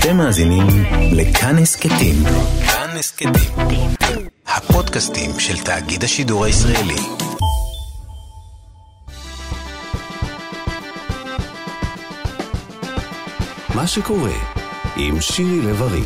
אתם מאזינים לכאן הסכתים. כאן הסכתים, הפודקאסטים של תאגיד השידור הישראלי. מה שקורה עם שירי לב-ארי.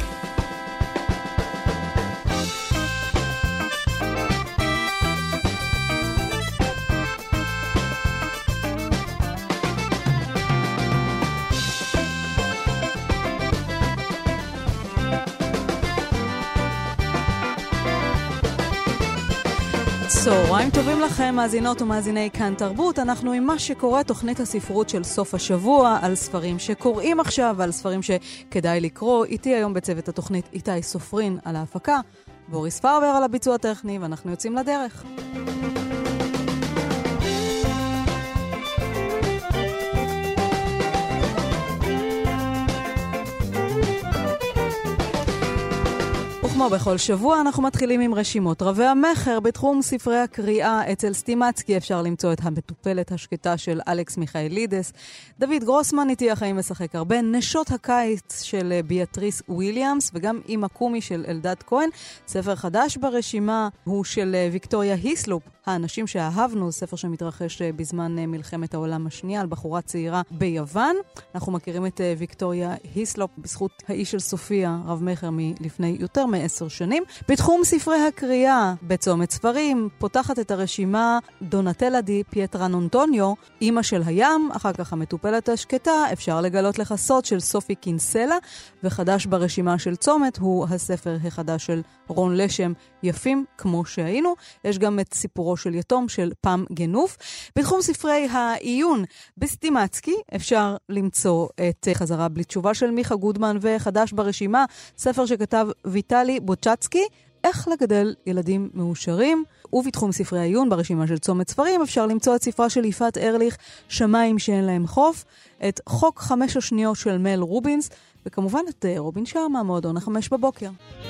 צהריים טובים לכם, מאזינות ומאזיני כאן תרבות. אנחנו עם מה שקורה, תוכנית הספרות של סוף השבוע, על ספרים שקוראים עכשיו, על ספרים שכדאי לקרוא. איתי היום בצוות התוכנית איתי סופרין על ההפקה, בוריס פרבר על הביצוע הטכני, ואנחנו יוצאים לדרך. כמו בכל שבוע, אנחנו מתחילים עם רשימות רבי המחר. בתחום ספרי הקריאה אצל סטימצקי אפשר למצוא את המטופלת השקטה של אלכס מיכאלידס, דוד גרוסמן איתי החיים משחק הרבה, נשות הקיץ של ביאטריס וויליאמס, וגם אמא קומי של אלדד כהן. ספר חדש ברשימה הוא של ויקטוריה היסלופ, האנשים שאהבנו, ספר שמתרחש בזמן מלחמת העולם השנייה על בחורה צעירה ביוון. אנחנו מכירים את ויקטוריה היסלופ בזכות האיש של סופיה, רב מחר מלפני יותר מ10 שנים. בתחום ספרי הקריאה בצומת ספרים פותחת את הרשימה דונטלה די פיטרנונטוניו, אמא של הים, אחר כך המטופלת השקטה, אפשר לגלות לך סוד של סופי קינסלה, וחדש ברשימה של צומת הוא הספר החדש של רון לשם, יפים כמו שהיינו. יש גם את סיפורו של יתום של פם גנוף. בתחום ספרי העיון בסטימצקי אפשר למצוא את חזרה בלי תשובה של מיכה גודמן, וחדש ברשימה ספר שכתב ויטלי בוצ'צקי, איך לגדל ילדים מאושרים. ובתחום ספרי העיון ברשימה של צומת ספרים אפשר למצוא את ספרה של יפעת ארליך, שמיים שאין להם חוף, את חוק 5 השניות של מל רובינס, וכמובן את רובין שרמה, מועדון 5 בבוקר.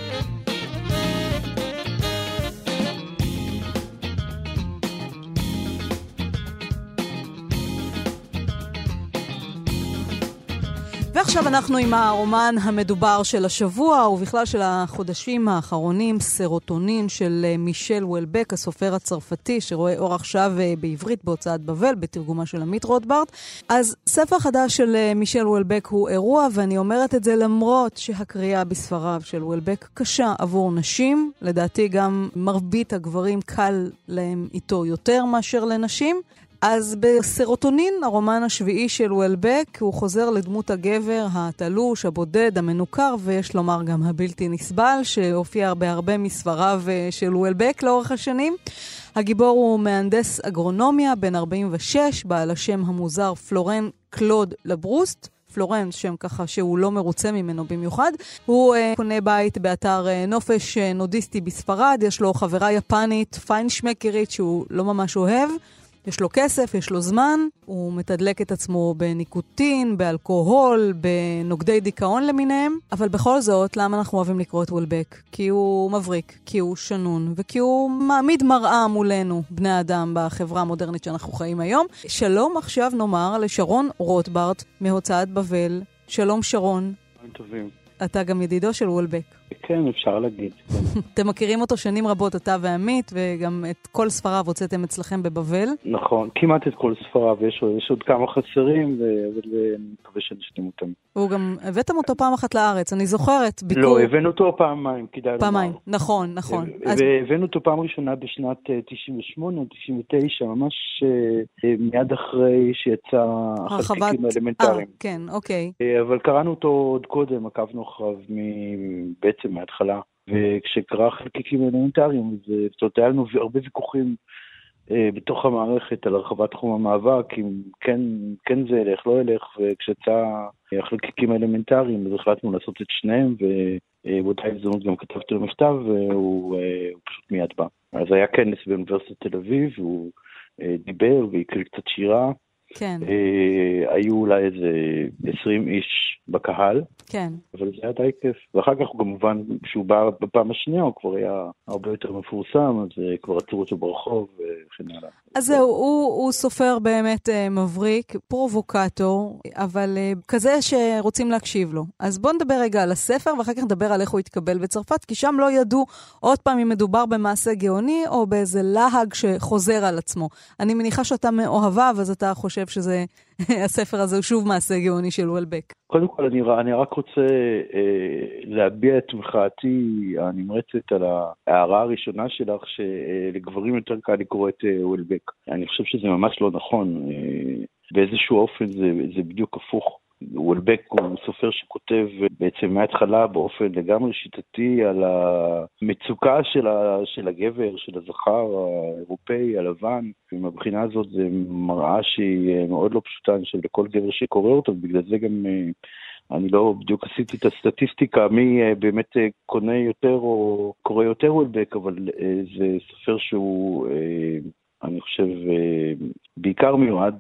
ועכשיו אנחנו עם הרומן המדובר של השבוע, ובכלל של החודשים האחרונים, סרוטונין של מישל וולבק, הסופר הצרפתי, שרואה אור עכשיו בעברית בהוצאת בבל, בתרגומה של עמית רוטברט. אז ספר חדש של מישל וולבק הוא אירוע, ואני אומרת את זה למרות שהקריאה בספריו של וולבק קשה עבור נשים. לדעתי גם מרבית הגברים קל להם איתו יותר מאשר לנשים. אז בסרוטונין, הרומן השביעי של וולבק, הוא חוזר לדמות הגבר, התלוש, הבודד, המנוכר, ויש לומר גם הבלתי נסבל, שהופיע בהרבה מספריו של וולבק לאורך השנים. הגיבור הוא מהנדס אגרונומיה, בן 46, בעל השם המוזר פלורן קלוד לברוסט. פלורן, שם ככה שהוא לא מרוצה ממנו במיוחד. הוא קונה בית באתר נופש נודיסטי בספרד, יש לו חברה יפנית, פיינשמקרית, שהוא לא ממש אוהב. יש לו כסף, יש לו זמן, הוא מתדלק את עצמו בניקוטין, באלכוהול, בנוגדי דיכאון למיניהם, אבל בכל זאת, למה אנחנו אוהבים לקרוא את וולבק? כי הוא מבריק, כי הוא שנון, וכי הוא מעמיד מראה מולנו, בני האדם, בחברה המודרנית שאנחנו חיים היום. שלום עכשיו נאמר לשרון רוטברט מהוצאת בבל. שלום שרון. טובים. אתה גם ידידו של וולבק. כן, אפשר להגיד. אתם מכירים אותו שנים רבות, אתה ועמית, וגם את כל ספריו הוצאתם אצלכם בבבל. נכון, כמעט את כל ספריו, יש עוד כמה חסרים, ואני מקווה שנשלים אותם. הוא גם, הבאתם אותו פעם אחת לארץ, אני זוכרת. לא, הבאנו אותו פעמיים, כדאי לומר. פעמיים, נכון. והבאנו אותו פעם ראשונה בשנת 98, 99, ממש מיד אחרי שיצא החלקיקים האלמנטריים. כן, אוקיי. אבל קראנו אותו עוד קודם, עקבנו אחריו בעצם מההתחלה, וכשקרא חלקיקים אלמנטריים, היה לנו הרבה ויכוחים בתוך המערכת על הרחבת תחום המאבק, אם כן זה ילך, לא ילך, וכשצא החלקיקים האלמנטריים, אז החלטנו לעשות את שניהם, ובאותה הזדמנות גם כתבתי לו מכתב, והוא פשוט מיד בא. אז היה כנס באוניברסיטת תל אביב, והוא דיבר והקריא קצת שירה. כן. היו אולי איזה 20 איש בקהל. כן. אבל זה היה די כיף. ואחר כך כמובן, כשהוא בא בפעם השנייה, הוא כבר היה הרבה יותר מפורסם, אז כבר עצרו אותו ברחוב וכן הלאה. אז זהו, הוא סופר באמת מבריק, פרובוקטור, אבל כזה שרוצים להקשיב לו. אז בוא נדבר רגע על הספר, ואחר כך נדבר על איך הוא התקבל בצרפת, כי שם לא ידעו עוד פעם אם מדובר במעשה גאוני, או באיזה להג שחוזר על עצמו. אני מניחה שאתה מאוהביו, אז אתה חושב שזה, הספר הזה הוא שוב מעשה גאוני של וולבק. קודם כל, אני רק רוצה להביע את מחאתי הנמרצת על ההערה הראשונה שלך, שלגברים יותר קל לקרוא את וולבק. אני חושב שזה ממש לא נכון. באיזשהו אופן זה בדיוק הפוך. וולבק הוא סופר שכותב בעצם מההתחלה באופן לגמרי שיטתי על המצוקה של הגבר, של הזכר האירופאי, הלבן. ומבחינה הזאת זה מראה שהיא מאוד לא פשוטה של כל גבר שקורא אותו, בגלל זה גם אני לא בדיוק עשיתי את הסטטיסטיקה מי באמת קונה יותר או קורא יותר וולבק, אבל זה סופר שהוא אני חושב בעיקר מיועד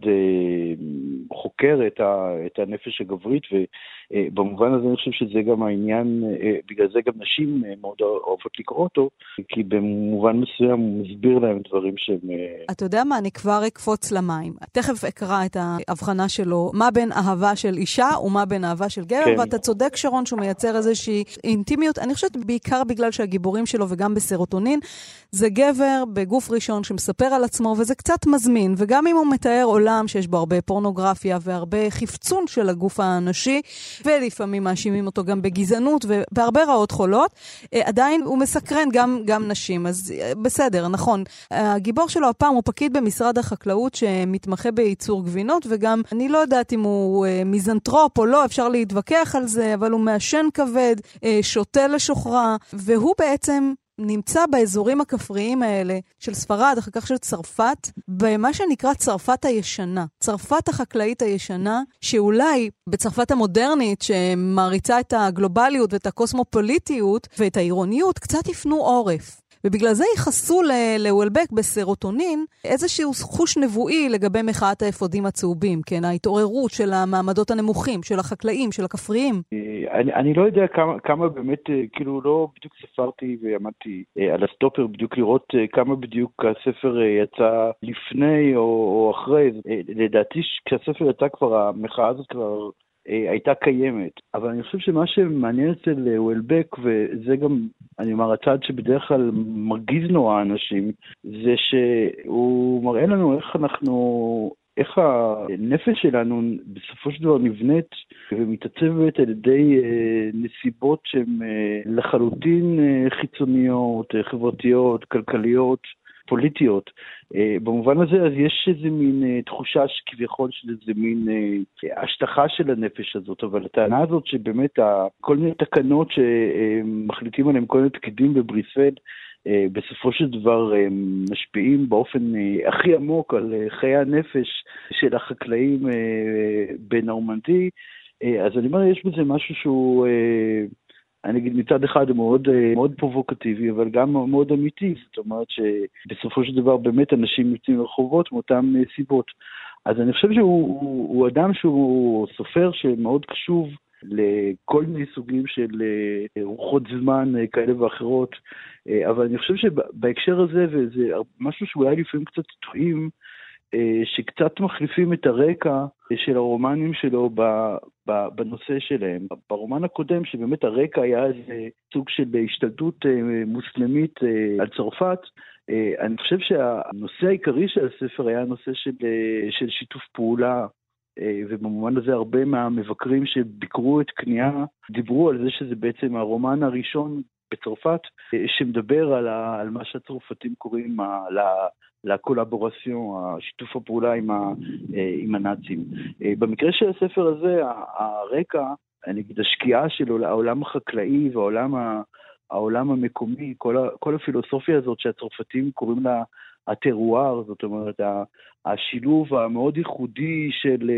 חוקר את הנפש הגברית, ובמובן הזה אני חושב שזה גם העניין, בגלל זה גם נשים מאוד אוהבות לקרוא אותו, כי במובן מסוים הוא מסביר להם דברים שהם... אתה יודע מה? אני כבר אקפוץ למים. תכף אקרא את ההבחנה שלו, מה בין אהבה של אישה ומה בין אהבה של גבר, כן. ואתה צודק שרון שהוא מייצר איזושהי אינטימיות, אני חושבת בעיקר בגלל שהגיבורים שלו וגם בסרוטונין, זה גבר בגוף ראשון שמספר על עצמו, וזה קצת מזמין, וגם אם הוא מתאר עולם שיש בו הרבה פורנוגרפיה והרבה חפצון של הגוף הנשי, ולפעמים מאשימים אותו גם בגזענות ובהרבה רעות חולות, עדיין הוא מסקרן גם נשים. אז בסדר, נכון. הגיבור שלו הפעם הוא פקיד במשרד החקלאות שמתמחה בייצור גבינות, וגם אני לא יודעת אם הוא מיזנטרופ או לא, אפשר להתווכח על זה, אבל הוא מעשן כבד, שותה לשוחרה, והוא בעצם נמצא באזורים הכפריים האלה של ספרד, אחר כך של צרפת, במה שנקרא צרפת הישנה. צרפת החקלאית הישנה, שאולי בצרפת המודרנית, שמעריצה את הגלובליות ואת הקוסמופוליטיות ואת העירוניות, קצת יפנו עורף. ובגלל זה ייחסו לוולבק בסרוטונין איזשהו חוש נבואי לגבי מחאת האפודים הצהובים, כן, ההתעוררות של המעמדות הנמוכים, של החקלאים, של הכפריים. אני לא יודע כמה באמת, כאילו לא בדיוק ספרתי ועמדתי על הסטופר בדיוק לראות כמה בדיוק הספר יצא לפני או אחרי. לדעתי כשהספר יצא כבר, המחאה הזאת כבר הייתה קיימת. אבל אני חושב שמה שמעניין אצל וולבק, וזה גם, אני אומר, הצד שבדרך כלל מרגיז נורא אנשים, זה שהוא מראה לנו איך הנפש שלנו בסופו של דבר נבנית ומתעצבת על ידי נסיבות שהן לחלוטין חיצוניות, חברתיות, כלכליות, פוליטיות. במובן הזה אז יש איזה מין תחושה שכביכול של איזה מין השטחה של הנפש הזאת, אבל הטענה הזאת שבאמת כל מיני תקנות שמחליטים עליהם כל מיני פקידים בבריסל, בסופו של דבר משפיעים באופן הכי עמוק על חיי הנפש של החקלאים בנורמנדי. אז אני אומר, יש בזה משהו שהוא, אני אגיד מצד אחד מאוד, מאוד פרובוקטיבי, אבל גם מאוד אמיתי. זאת אומרת שבסופו של דבר באמת אנשים יוצאים לרחובות מאותם סיבות. אז אני חושב שהוא אדם שהוא סופר שמאוד קשוב לכל מיני סוגים של רוחות זמן כאלה ואחרות, אבל אני חושב שבהקשר הזה, וזה משהו שאולי לפעמים קצת טועים, שקצת מחליפים את הרקע של הרומנים שלו בנושא שלהם. ברומן הקודם, שבאמת הרקע היה איזה סוג של השתלטות מוסלמית על צרפת, אני חושב שהנושא העיקרי של הספר היה הנושא של שיתוף פעולה, ובמובן הזה הרבה מהמבקרים שביקרו את קנייה דיברו על זה שזה בעצם הרומן הראשון בצרפת שמדבר על מה שהצרפתים קוראים לקולבורציון, השיתוף הפעולה עם הנאצים. במקרה של הספר הזה, הרקע, אני אגיד, השקיעה שלו העולם החקלאי והעולם המקומי, כל הפילוסופיה הזאת שהצרפתים קוראים לה הטרואר, זאת אומרת, השילוב המאוד ייחודי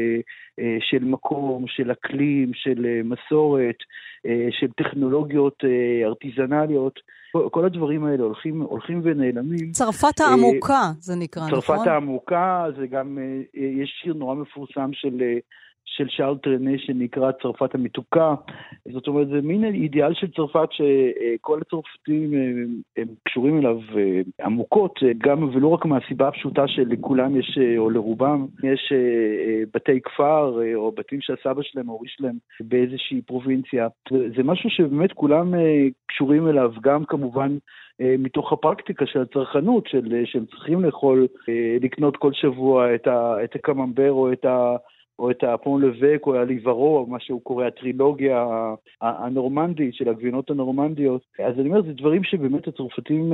של מקום, של אקלים, של מסורת, של טכנולוגיות ארטיזנליות, כל הדברים האלה הולכים ונעלמים. צרפת העמוקה, זה נקרא, נכון? צרפת העמוקה, זה גם, יש שיר נורא מפורסם של שארל טרנה שנקרא צרפת המתוקה. זאת אומרת, זה מין אידיאל של צרפת שכל הצרפתים הם קשורים אליו עמוקות, גם ולא רק מהסיבה הפשוטה שלכולם יש, או לרובם, יש בתי כפר או בתים שהסבא שלהם או הורי שלהם באיזושהי פרובינציה. זה משהו שבאמת כולם קשורים אליו, גם כמובן מתוך הפרקטיקה של הצרכנות, שהם צריכים לאכול, לקנות כל שבוע את הקממבר או את הפון לבק או הליברו, מה שהוא קורא הטרילוגיה הנורמנדית של הגבינות הנורמנדיות. אז אני אומר, זה דברים שבאמת הצרפתים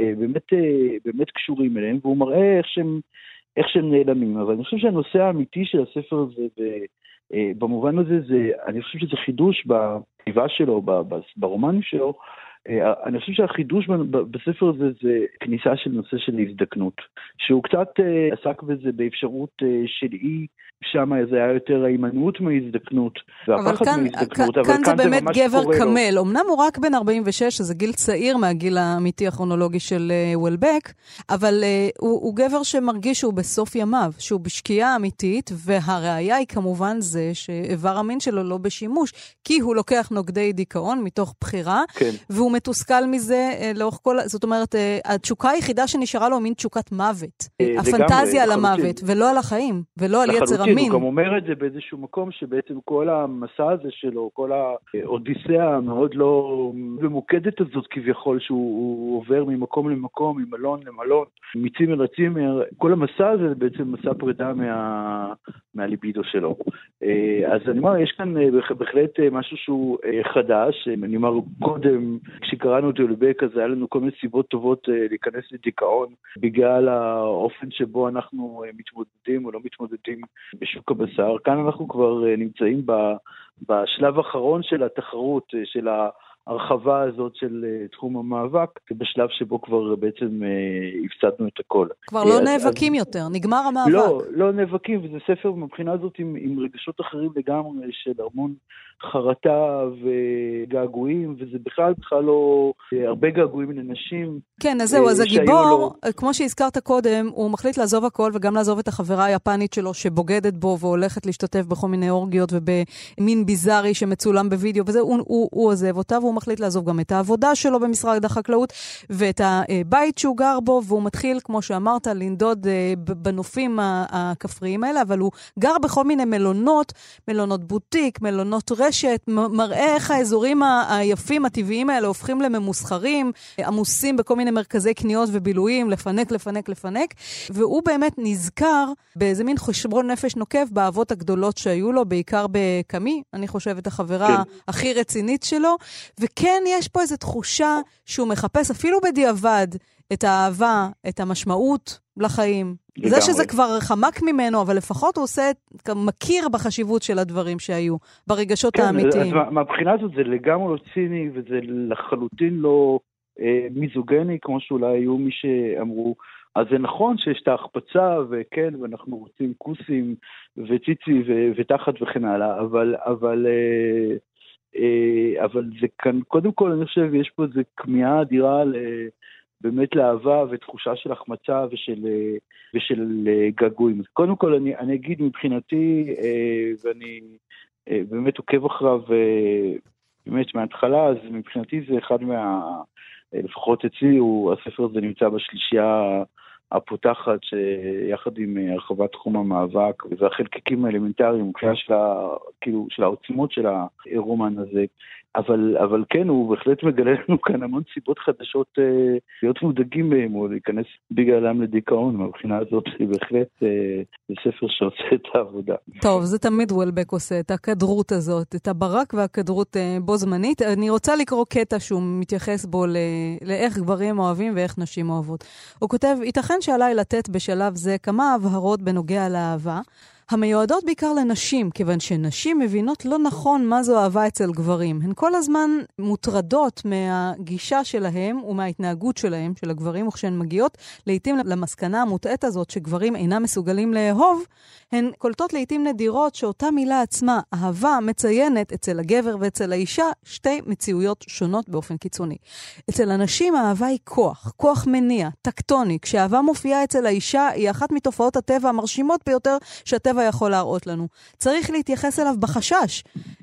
באמת קשורים אליהם, והוא מראה איך שהם נעלמים. אבל אני חושב שהנושא האמיתי של הספר הזה, במובן הזה, אני חושב שזה חידוש בכתיבה שלו, ברומנים שלו. אני חושב שהחידוש בספר הזה זה כניסה של נושא של הזדקנות, שהוא קצת עסק בזה באפשרות של שם זה היה יותר ההימנעות מהזדקנות, והפחד מהזדקנות, אבל כאן זה באמת גבר קמל, אמנם הוא רק בן 46, שזה גיל צעיר מהגיל האמיתי הכרונולוגי של וולבק, אבל הוא גבר שמרגיש שהוא בסוף ימיו, שהוא בשקיעה אמיתית, והראיה היא כמובן זה שאיבר המין שלו לא בשימוש, כי הוא לוקח נוגדי דיכאון מתוך בחירה, כן. והוא מתוסכל מזה לאורך כל, זאת אומרת, התשוקה היחידה שנשארה לו מין תשוקת מוות, הפנטזיה על המוות, ולא על החיים, ולא על יצר המין. הוא גם אומר את זה באיזשהו מקום שבעצם כל המסע הזה שלו, כל האודיסאה המאוד לא ממוקדת הזאת כביכול, שהוא עובר ממקום למקום, ממלון למלון, מצימר לצימר, כל המסע הזה זה בעצם מסע פרידה מהליבידו שלו. אז אני אומר, יש כאן בהחלט משהו שהוא חדש, אני אומר קודם, כשקראנו את וולבק, אז היה לנו כל מיני סיבות טובות להיכנס לדיכאון, בגלל האופן שבו אנחנו מתמודדים או לא מתמודדים בשוק הבשר. כאן אנחנו כבר נמצאים בשלב האחרון של התחרות, של ההרחבה הזאת של תחום המאבק, בשלב שבו כבר בעצם הפסדנו את הכל. כבר לא נאבקים יותר, נגמר המאבק. לא נאבקים, וזה ספר מבחינה הזאת עם רגשות אחרים לגמרי, של המון חרטה וגעגועים, וזה בכלל לא הרבה געגועים לנשים. כן, אז זהו, אז הגיבור, כמו שהזכרת קודם, הוא מחליט לעזוב הכל, וגם לעזוב את החברה היפנית שלו, שבוגדת בו, והולכת להשתתף בכל מיני אורגיות, ובמין ביזארי שמצולם בווידאו, וזה, הוא עוזב אותה, והוא מחליט לעזוב גם את העבודה שלו במשרד החקלאות, ואת הבית שהוא גר בו, והוא מתחיל, כמו שאמרת, לנדוד בנופים הכפריים האלה, אבל הוא גר בכל מיני מלונות בוטיק, מלונות רשת, מראה איך האזורים היפים, הטבעיים האלה, הופכים לממוסחרים, עמוסים בכל מיני מרכזי קניות ובילויים, לפנק, והוא באמת נזכר באיזה מין חשבון נפש נוקב באהבות הגדולות שהיו לו, בעיקר בקמי, אני חושבת, החברה הכי רצינית שלו, וכן יש פה איזו תחושה שהוא מחפש אפילו בדיעבד את האהבה, את המשמעות לחיים. זה שזה כבר חמק ממנו, אבל לפחות הוא מכיר בחשיבות של הדברים שהיו, ברגשות האמיתיים. אז מהבחינה הזאת זה לגמרי לא ציני, וזה לחלוטין לא מיזוגני, כמו שאולי היו מי שאמרו, אז זה נכון שיש את ההחפצה, וכן, ואנחנו רוצים כוסים, וציצי, ותחת וכן הלאה, אבל זה כאן, קודם כל אני חושב, יש פה איזו כמיהה אדירה באמת לאהבה ותחושה של החמצה ושל געגועים. אז קודם כל אני אגיד מבחינתי, ואני באמת עוקב אחריו באמת מההתחלה, אז מבחינתי זה אחד לפחות אצלי, הספר הזה נמצא בשלישייה הפותחת שיחד עם הרחבת תחום המאבק, והחלקיקים האלמנטריים, מבחינה של העוצמות של הרומן הזה, אבל כן, הוא בהחלט מגלה לנו כאן המון סיבות חדשות להיות מודאגים בהם, או להיכנס בגללם לדיכאון, מהבחינה הזאת בהחלט זה ספר שעושה את העבודה. טוב, זה תמיד וולבק עושה, את הכדרות הזאת, את הברק והכדרות בו זמנית. אני רוצה לקרוא קטע שהוא מתייחס בו לאיך גברים אוהבים ואיך נשים אוהבות. הוא כותב, ייתכן שעליי לתת בשלב זה כמה הבהרות בנוגע לאהבה, המיועדות בעיקר לנשים, כיוון שנשים מבינות לא נכון מה זו אהבה אצל גברים. הן כל הזמן מוטרדות מהגישה שלהם ומההתנהגות שלהם, של הגברים, וכשהן מגיעות לעתים למסקנה המוטעת הזאת שגברים אינם מסוגלים לאהוב, הן קולטות לעתים נדירות שאותה מילה עצמה, אהבה, מציינת אצל הגבר ואצל האישה שתי מציאויות שונות באופן קיצוני. אצל הנשים האהבה היא כוח מניע, טקטוני. כשאהבה מופיעה אצל האישה היא אחת מתופעות הטבע המרשימות ביותר שהטבע יכול להראות לנו. צריך להתייחס אליו בחשש.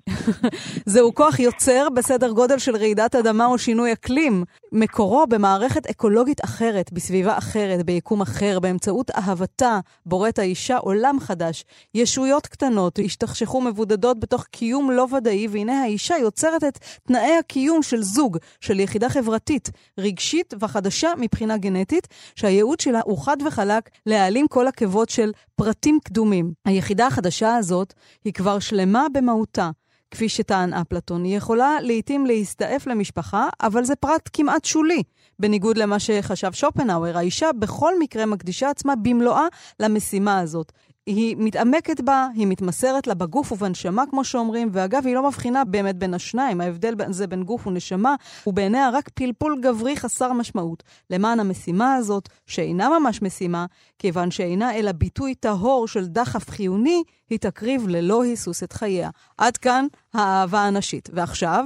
זהו כוח יוצר בסדר גודל של רעידת אדמה או שינוי אקלים. מקורו במערכת אקולוגית אחרת, בסביבה אחרת, ביקום אחר, באמצעות אהבתה, בוראת האישה עולם חדש. ישויות קטנות השתכשכו מבודדות בתוך קיום לא ודאי, והנה האישה יוצרת את תנאי הקיום של זוג, של יחידה חברתית, רגשית וחדשה מבחינה גנטית, שהייעוד שלה הוא חד וחלק להעלים כל עקבות של פרטים קדומים. היחידה החדשה הזאת היא כבר שלמה במהותה. כפי שטען אפלטון, היא יכולה לעתים להסתעף למשפחה, אבל זה פרט כמעט שולי. בניגוד למה שחשב שופנהאואר, האישה בכל מקרה מקדישה עצמה במלואה למשימה הזאת. היא מתעמקת בה, היא מתמסרת לה בגוף ובנשמה, כמו שאומרים, ואגב, היא לא מבחינה באמת בין השניים. ההבדל זה בין גוף ונשמה, ובעיניה רק פלפול גברי חסר משמעות. למען המשימה הזאת, שאינה ממש משימה, כיוון שאינה אלא ביטוי טהור של דחף חיוני, היא תקריב ללא היסוס את חייה. עד כאן האהבה הנשית. ועכשיו,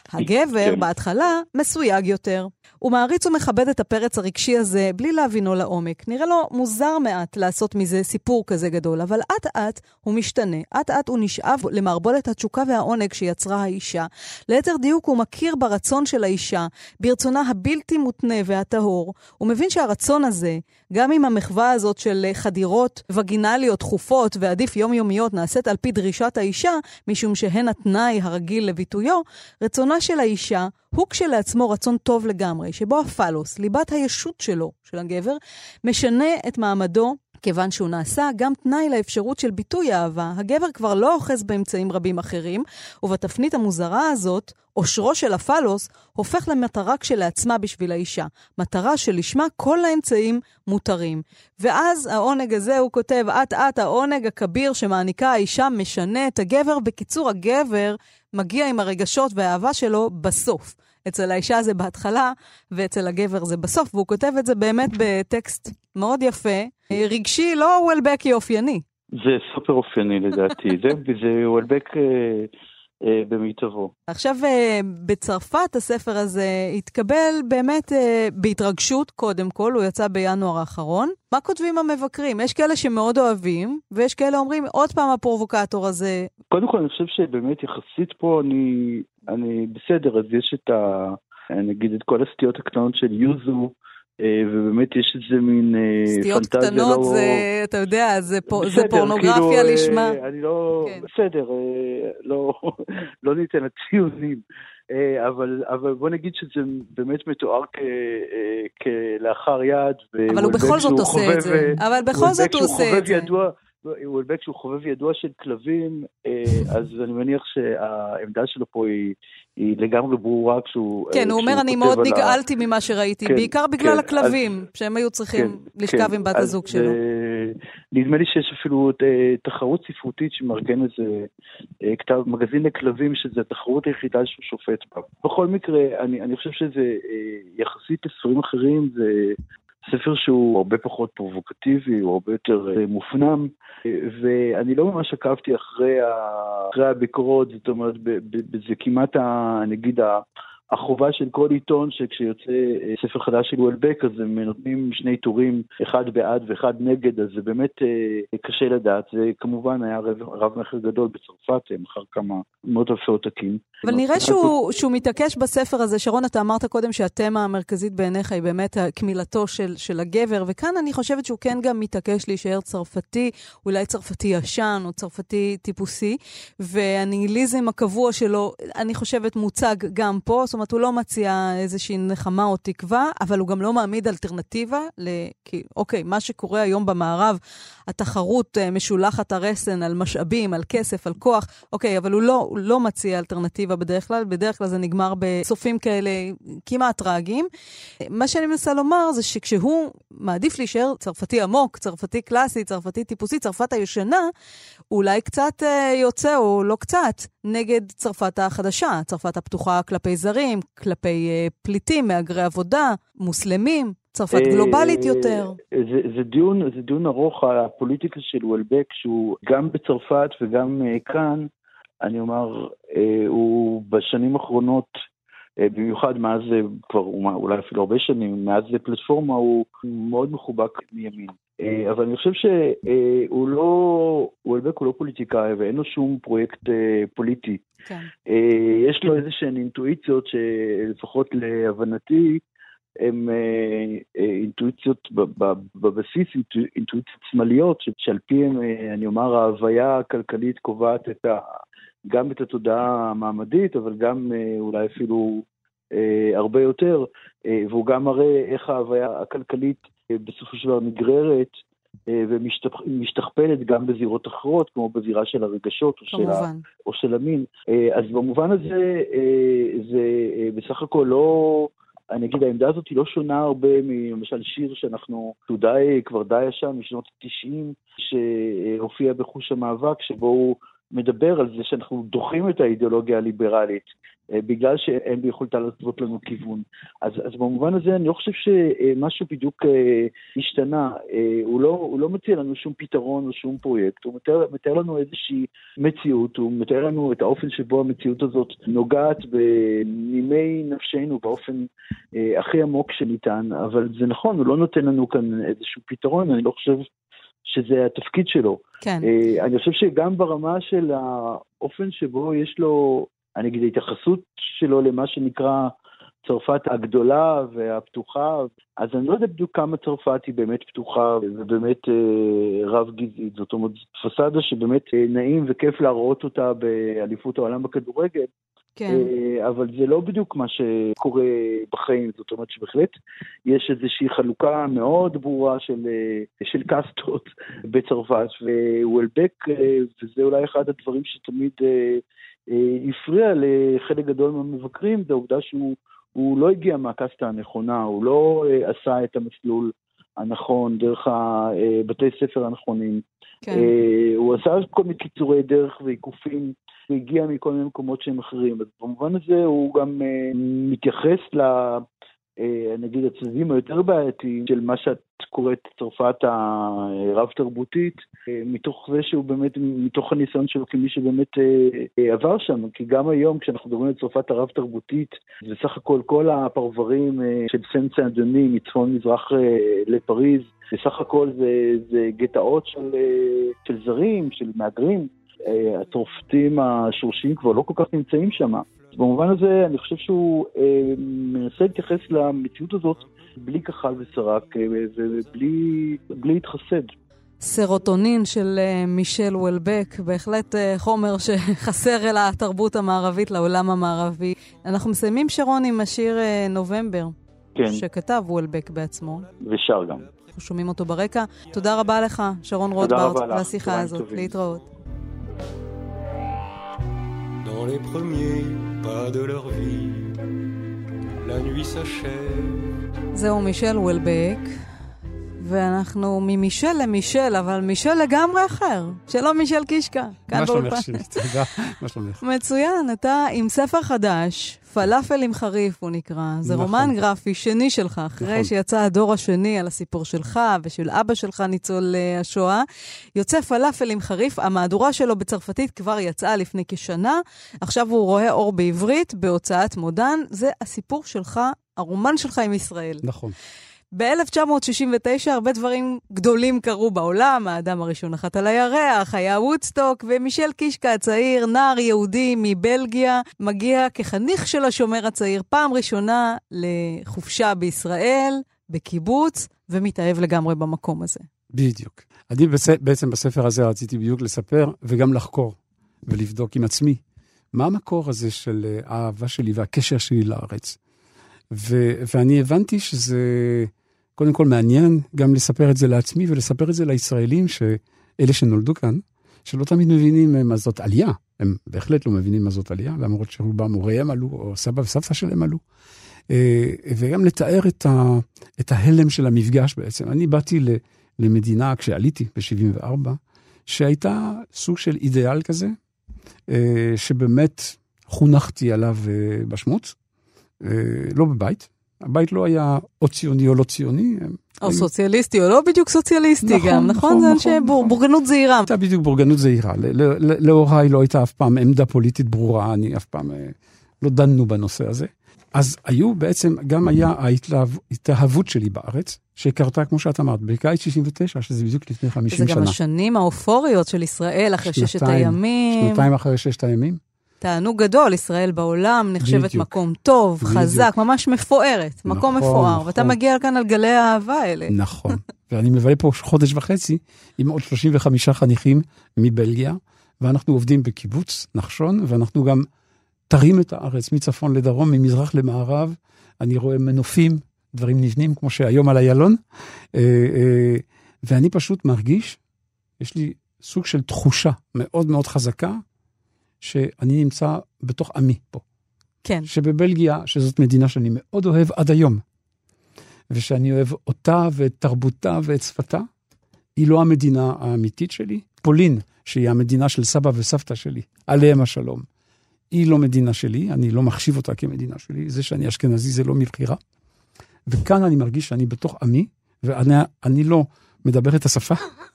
הגבר בהתחלה מסויג יותר. הוא מעריץ ומכבד את הפרץ הרגשי הזה בלי להבינו לעומק. נראה לו מוזר מעט לעשות מזה סיפור כזה גדול, אבל עט הוא משתנה. עט הוא נשאב למערבולת התשוקה והעונג שיצרה האישה. ליתר דיוק הוא מכיר ברצון של האישה, ברצונה הבלתי מותנה והטהור. הוא מבין שהרצון הזה, גם עם המחווה הזאת של חדירות וגינליות תכופות ועדיף יומיומיות נעשית על פי דרישת האישה, משום שהן התנאי הרגיל לביטויו, רצונה של האישה הוא כשלעצמו רצון טוב לגמרי, שבו הפלוס, ליבת הישות שלו, של הגבר, משנה את מעמדו, כיוון שהוא נעשה גם תנאי לאפשרות של ביטוי האהבה. הגבר כבר לא אוחז באמצעים רבים אחרים, ובתפנית המוזרה הזאת, אושרו של הפלוס הופך למטרה כשלעצמה בשביל האישה. מטרה שלשמה כל האמצעים מותרים. ואז העונג הזה, הוא כותב, עט העונג הכביר שמעניקה האישה משנה את הגבר. בקיצור, הגבר מגיע עם הרגשות והאהבה שלו בסוף. אצל האישה זה בהתחלה, ואצל הגבר זה בסוף. והוא כותב את זה באמת בטקסט מאוד יפה, רגשי, לא וולבקי אופייני. זה סופר אופייני לדעתי. זה וולבק במיטבו. עכשיו בצרפת הספר הזה התקבל באמת בהתרגשות קודם כל, הוא יצא בינואר האחרון. מה כותבים המבקרים? יש כאלה שמאוד אוהבים, ויש כאלה אומרים עוד פעם הפרובוקטור הזה. קודם כל אני חושב שבאמת יחסית פה אני בסדר, אז יש נגיד את כל הסטיות הקטנות של יוזו, ובאמת יש איזה מין סטיות קטנות, זה, אתה יודע, זה פורנוגרפיה לשמה. אני לא, בסדר, לא ניתן הציונים, אבל בוא נגיד שזה באמת מתואר כלאחר יד. אבל הוא בכל זאת עושה את זה. אבל בכל זאת הוא עושה את זה. וולבק שהוא חובב ידוע של כלבים, אז אני מניח שהעמדה שלו פה היא לגמרי ברורה כשהוא... כן, הוא אומר, אני מאוד נגעלתי ממה שראיתי, בעיקר בגלל הכלבים, שהם היו צריכים לשכב עם בת הזוג שלו. נדמה לי שיש אפילו תחרות ספרותית שמארגן איזה מגזין לכלבים, שזה התחרות היחידה שהוא שופט בה. בכל מקרה, אני חושב שזה יחסית לספרים אחרים, זה ספר שהוא הרבה פחות פרובוקטיבי, הוא הרבה יותר מופנם, ואני לא ממש עקבתי אחרי הביקורות, זאת אומרת, זה כמעט, נגיד, החובה של כל עיתון שכשיוצא ספר חדש של וולבק, אז הם נותנים שני טורים, אחד בעד ואחד נגד, אז זה באמת קשה לדעת. זה כמובן היה רב מחר גדול בצרפת, מחר כמה מאות אלפי עותקים. אבל נראה שהוא מתעקש בספר הזה. שרון, אתה אמרת קודם שהתמה המרכזית בעיניך היא באמת כמילתו של הגבר, וכאן אני חושבת שהוא כן גם מתעקש להישאר צרפתי, אולי צרפתי ישן או צרפתי טיפוסי, והניהיליזם הקבוע שלו, אני חושבת מוצג גם פה, זאת אומרת, הוא לא מציע איזושהי נחמה או תקווה, אבל הוא גם לא מעמיד אלטרנטיבה, אוקיי, מה שקורה היום במערב, התחרות משולחת הרסן על משאבים, על כסף, על כוח, אוקיי, אבל הוא לא מציע אלטרנטיבה בדרך כלל זה נגמר בסופים כאלה כמעט טרגיים. מה שאני מנסה לומר זה שכשהוא מעדיף להישאר צרפתי עמוק, צרפתי קלאסי, צרפתי טיפוסי, צרפת הישנה, אולי קצת יוצא או לא קצת נגד צרפת החדשה, צרפת הפתוחה כלפי זרים, כלפי פליטים, מהגרי עבודה, מוסלמים, צרפת גלובלית יותר. זה דיון ארוך על הפוליטיקה של וולבק, שהוא גם בצרפת וגם כאן, אני אומר, הוא בשנים האחרונות, במיוחד מאז כבר אולי אפילו הרבה שנים, מאז פלטפורמה הוא מאוד מחובק מימין. אבל אני חושב שהוא לא, וולבק הוא לא פוליטיקאי, ואין לו שום פרויקט פוליטי. כן. יש לו איזושהי אינטואיציות שלפחות להבנתי, הן אינטואיציות בבסיס, אינטואיציות שמאליות, שעל פיהם, אני אומר, ההוויה הכלכלית קובעת גם את התודעה המעמדית, אבל גם אולי אפילו הרבה יותר, והוא גם מראה איך ההוויה הכלכלית בסופו של דבר נגררת, ומשתכפלת גם בזירות אחרות, כמו בזירה של הרגשות או של המין. אז במובן הזה, זה בסך הכל לא, אני אגיד, העמדה הזאת היא לא שונה הרבה ממשל שיר שאנחנו כבר די ישן משנות ה-90, שהופיע בחוש המאבק, שבו הוא מדבר על זה שאנחנו דוחים את האידיאולוגיה הליברלית, בגלל שאין ביכולתה לעשות לנו כיוון. אז במובן הזה אני לא חושב שמשהו בדיוק השתנה. הוא לא מציע לנו שום פתרון או שום פרויקט, הוא מתאר לנו איזושהי מציאות, הוא מתאר לנו את האופן שבו המציאות הזאת נוגעת בנימי נפשנו באופן הכי עמוק שניתן, אבל זה נכון, הוא לא נותן לנו כאן איזשהו פתרון, אני לא חושב שזה התפקיד שלו. כן. אני חושב שגם ברמה של האופן שבו יש לו, אני אגיד, ההתייחסות שלו למה שנקרא צרפת הגדולה והפתוחה, אז אני לא יודע בדיוק כמה צרפת היא באמת פתוחה ובאמת רב גזעית, זאת אומרת, פסאדה שבאמת נעים וכיף להראות אותה באליפות העולם בכדורגל, כן. אבל זה לא בדיוק מה שקורה בחיים, זאת אומרת שבהחלט יש איזושהי חלוקה מאוד ברורה של קאסטות בצרפת, ווולבק, וזה אולי אחד הדברים שתמיד הפריע לחלק גדול מהמבקרים, זה העובדה שהוא לא הגיע מהקאסטה הנכונה, הוא לא עשה את המסלול הנכון דרך בתי ספר הנכונים, כן. הוא עשה כל מיני קיצורי דרך ועיקופים, והגיע מכל מיני מקומות שהם אחרים. אז במובן הזה הוא גם מתייחס נגיד הצדדים היותר בעייתיים של מה שאת קוראת צרפת הרב-תרבותית, מתוך זה שהוא באמת, מתוך הניסיון שלו כמי שבאמת עבר שם, כי גם היום כשאנחנו מדברים על צרפת הרב-תרבותית, זה סך הכל כל הפרברים של סן סן-דני מצפון מזרח לפריז, בסך הכל זה גטאות של זרים, של מהגרים, הצרפתים השורשיים כבר לא כל כך נמצאים שם. במובן הזה אני חושב שהוא מנסה להתייחס למציאות הזאת בלי כחל וסרק ובלי להתחסד. סרוטונין של מישל וולבק, בהחלט חומר שחסר אל התרבות המערבית, לעולם המערבי. אנחנו מסיימים, שרון, עם השיר נובמבר, כן. שכתב וולבק בעצמו. ושר גם. אנחנו שומעים אותו ברקע. תודה רבה לך, שרון רוטברט, לשיחה הזאת. להתראות. Dans les premiers pas de leur vie, la nuit s'achève. זהו מישל וולבק, ואנחנו ממישל למישל, אבל מישל לגמרי אחר, שלא מישל קישקה. מה שלומך שלי? תודה, מה שלומך? מצוין, אתה עם ספר חדש, פלאפל עם חריף הוא נקרא. זה רומן גרפי שני שלך, אחרי שיצא הדור השני על הסיפור שלך ושל אבא שלך ניצול השואה. יוצא פלאפל עם חריף, המהדורה שלו בצרפתית כבר יצאה לפני כשנה, עכשיו הוא רואה אור בעברית, בהוצאת מודן. זה הסיפור שלך, הרומן שלך עם ישראל. נכון. ב-1969 הרבה דברים גדולים קרו בעולם, האדם הראשון נחת על הירח, היה וודסטוק, ומישל קישקה הצעיר, נער יהודי מבלגיה, מגיע כחניך של השומר הצעיר, פעם ראשונה לחופשה בישראל, בקיבוץ, ומתאהב לגמרי במקום הזה. בדיוק. אני בעצם בספר הזה רציתי בדיוק לספר, וגם לחקור, ולבדוק עם עצמי, מה המקור הזה של האהבה שלי והקשר שלי לארץ. ואני הבנתי שזה קודם כל מעניין גם לספר את זה לעצמי ולספר את זה לישראלים, אלה שנולדו כאן, שלא תמיד מבינים מה זאת עלייה. הם בהחלט לא מבינים מה זאת עלייה, למרות שרובם הוריהם עלו, או סבא וסבתא שלהם עלו. וגם לתאר את ההלם של המפגש בעצם. אני באתי למדינה כשעליתי ב-74, שהייתה סוג של אידיאל כזה, שבאמת חונכתי עליו בשמוץ, לא בבית. הבית לא היה או ציוני או לא ציוני. או סוציאליסטי, או לא בדיוק סוציאליסטי גם, נכון? זה אנשי בורגנות זהירה. הייתה בדיוק בורגנות זהירה. להוריי לא הייתה אף פעם עמדה פוליטית ברורה, אני אף פעם לא דנו בנושא הזה. אז היו בעצם, גם היה ההתאהבות שלי בארץ, שקרתה, כמו שאת אמרת, בקיץ 69, שזה בדיוק לפני 50 שנה. זה גם השנים האופוריות של ישראל, אחרי ששת הימים. שנתיים אחרי ששת הימים. תענוג גדול, ישראל בעולם, נחשבת מקום טוב, חזק, ממש מפוארת, מקום מפואר, ואתה מגיע כאן על גלי האהבה האלה. נכון, ואני מבלה פה חודש וחצי, עם עוד 35 חניכים מבלגיה, ואנחנו עובדים בקיבוץ נחשון, ואנחנו גם תרים את הארץ מצפון לדרום, ממזרח למערב, אני רואה מנופים, דברים נבנים, כמו שהיום על איילון, ואני פשוט מרגיש, יש לי סוג של תחושה מאוד מאוד חזקה, שאני נמצא בתוך עמי פה. כן. שבבלגיה, שזאת מדינה שאני מאוד אוהב עד היום, ושאני אוהב אותה ואת תרבותה ואת שפתה, היא לא המדינה האמיתית שלי. פולין, שהיא המדינה של סבא וסבתא שלי, עליהם השלום. היא לא מדינה שלי, אני לא מחשיב אותה כמדינה שלי, זה שאני אשכנזי זה לא מבחירה. וכאן אני מרגיש שאני בתוך עמי, ואני לא מדבר את השפה,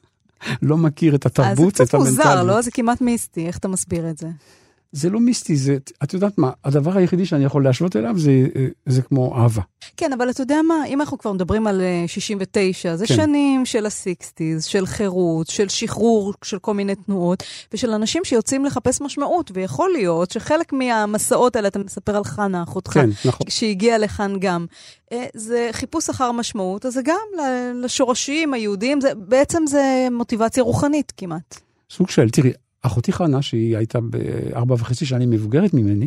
לא מכיר את התרבות, את המנטליות. אז זה קצת מוזר, לא? זה כמעט מיסטי, איך אתה מסביר את זה? זה לא מיסטי, את יודעת מה, הדבר היחידי שאני יכול להשוות אליו זה כמו אהבה. כן, אבל אתה יודע מה, אם אנחנו כבר מדברים על 69, זה שנים של ה-60s, של חירות, של שחרור, של כל מיני תנועות, ושל אנשים שיוצאים לחפש משמעות, ויכול להיות שחלק מהמסעות האלה, אתה מספר על חנה, אחותך, שהגיעה לכאן גם, זה חיפוש אחר משמעות, אז זה גם לשורשים היהודים, בעצם זה מוטיבציה רוחנית כמעט. סוג של, תראי, אחותי חנה, שהיא הייתה ב4.5 שנים מבוגרת ממני,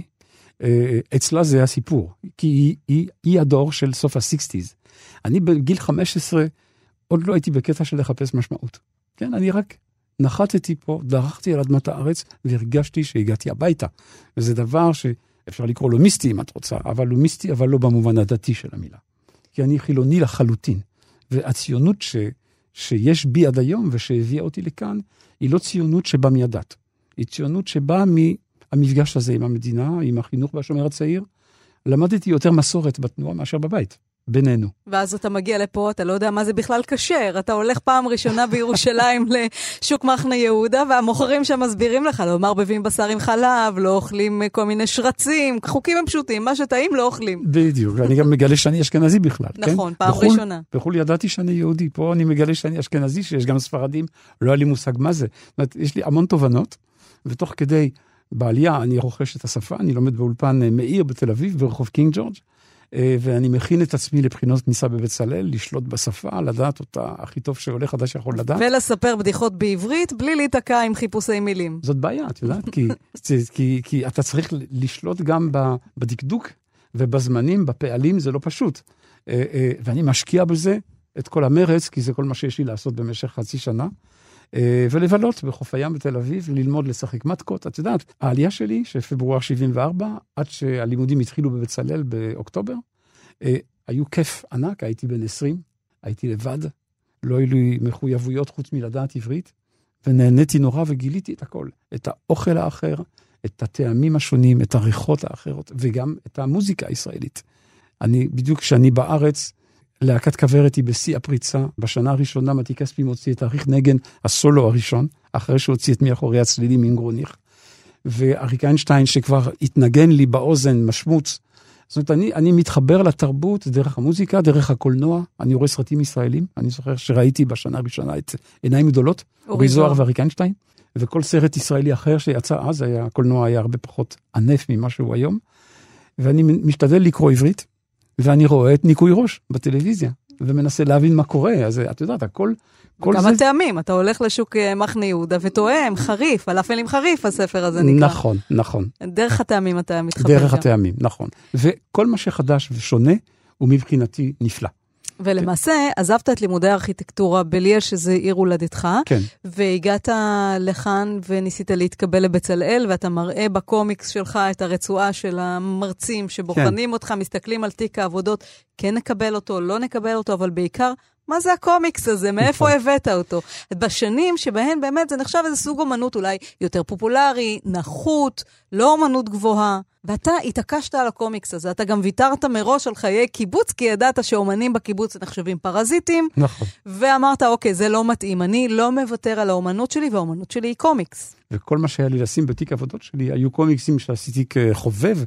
אצלה זה הסיפור, כי היא הדור של סוף ה-60s. אני בגיל 15 עוד לא הייתי בקטע של לחפש משמעות. כן, אני רק נחתתי פה, דרכתי על אדמת הארץ, והרגשתי שהגעתי הביתה. וזה דבר שאפשר לקרוא לו מיסטי אם את רוצה, אבל הוא מיסטי, אבל לא במובן הדתי של המילה. כי אני חילוני לחלוטין. והציונות שיש בי עד היום ושהביאה אותי לכאן, היא לא ציונות שבאה מהדת. היא ציונות שבאה מהמפגש הזה עם המדינה, עם החינוך והשומר הצעיר. למדתי יותר מסורת בתנועה מאשר בבית, בינינו. ואז אתה מגיע לפה, אתה לא יודע מה זה בכלל כשר. אתה הולך פעם ראשונה בירושלים לשוק מחנה יהודה, והמוכרים שם מסבירים לך, לא מרבבים בשר עם חלב, לא אוכלים כל מיני שרצים, חוקים הם פשוטים, מה שטעים לא אוכלים. בדיוק, ואני גם מגלה שאני אשכנזי בכלל. נכון, פעם ראשונה. בחול ידעתי שאני יהודי, פה אני מגלה שאני אשכנזי, שיש גם ספרדים, לא היה לי מושג מה זה. יש לי המון תובנות, ותוך כדי בעלייה אני רוכש את השפה, אני לומד באולפן מאיר בתל אביב, ברחוב קינג ג'ורג', ואני מכין את עצמי לבחינות כניסה בבצלאל, לשלוט בשפה, לדעת אותה הכי טוב שעולה חדש יכול לדעת. ולספר בדיחות בעברית, בלי להתעקע עם חיפושי מילים. זאת בעיה, את יודעת, כי אתה צריך לשלוט גם בדקדוק, ובזמנים, בפעלים, זה לא פשוט. ואני משקיע בזה את כל המרץ, כי זה כל מה שיש לי לעשות במשך חצי שנה, ולבלות בחוף הים בתל אביב, ללמוד לשחק מתקות. את יודעת, העלייה שלי, שפברואר 74, עד שהלימודים התחילו בבצלאל באוקטובר, היו כיף ענק, הייתי בן 20, הייתי לבד, לא היו לי מחויבויות חוץ מלדעת עברית, ונהניתי נורא וגיליתי את הכל, את האוכל האחר, את הטעמים השונים, את הריחות האחרות, וגם את המוזיקה הישראלית. בדיוק כשאני בארץ, להקת כברת היא בשיא הפריצה. בשנה הראשונה מתי כספי מוציא את תאריך נגן, הסולו הראשון, אחרי שהוציא את מאחורי הצלילים מינגרוניך. ואריק איינשטיין שכבר התנגן לי באוזן משמוץ. זאת אומרת, אני מתחבר לתרבות דרך המוזיקה, דרך הקולנוע. אני רואה סרטים ישראלים. אני זוכר שראיתי בשנה הראשונה את עיניים גדולות, אורי זוהר ואריק איינשטיין. וכל סרט ישראלי אחר שיצא אז, הקולנוע היה הרבה פחות ענף ממה שהוא היום. ואני משתדל לקרוא עברית. ואני רואה את ניקוי ראש בטלוויזיה, ומנסה להבין מה קורה. אז את יודעת, הכל כמה טעמים, אתה הולך לשוק מחנה יהודה, וטועם, חריף, פלאפל עם חריף, הספר הזה נקרא. נכון, נכון. דרך הטעמים אתה מתחבר. דרך הטעמים, נכון. וכל מה שחדש ושונה, הוא מבחינתי נפלא. ולמעשה, עזבת את לימודי הארכיטקטורה בליאל, שזה עיר הולדתך, כן. והגעת לכאן וניסית להתקבל לבצלאל, ואתה מראה בקומיקס שלך את הרצועה של המרצים שבוחנים אותך, מסתכלים על תיק העבודות, כן נקבל אותו, לא נקבל אותו, אבל בעיקר, מה זה הקומיקס הזה? מאיפה הבאת אותו? בשנים שבהן באמת זה נחשב איזה סוג אומנות אולי יותר פופולרי, נחות, לא אומנות גבוהה. ואתה התעקשת על הקומיקס הזה, אתה גם ויתרת מראש על חיי קיבוץ, כי ידעת שאומנים בקיבוץ נחשבים פרזיטים, נכון. ואמרת, אוקיי, זה לא מתאים, אני לא מוותר על האומנות שלי, והאומנות שלי היא קומיקס. וכל מה שהיה לי לשים בתיק עבודות שלי, היו קומיקסים שעשיתי כחובב,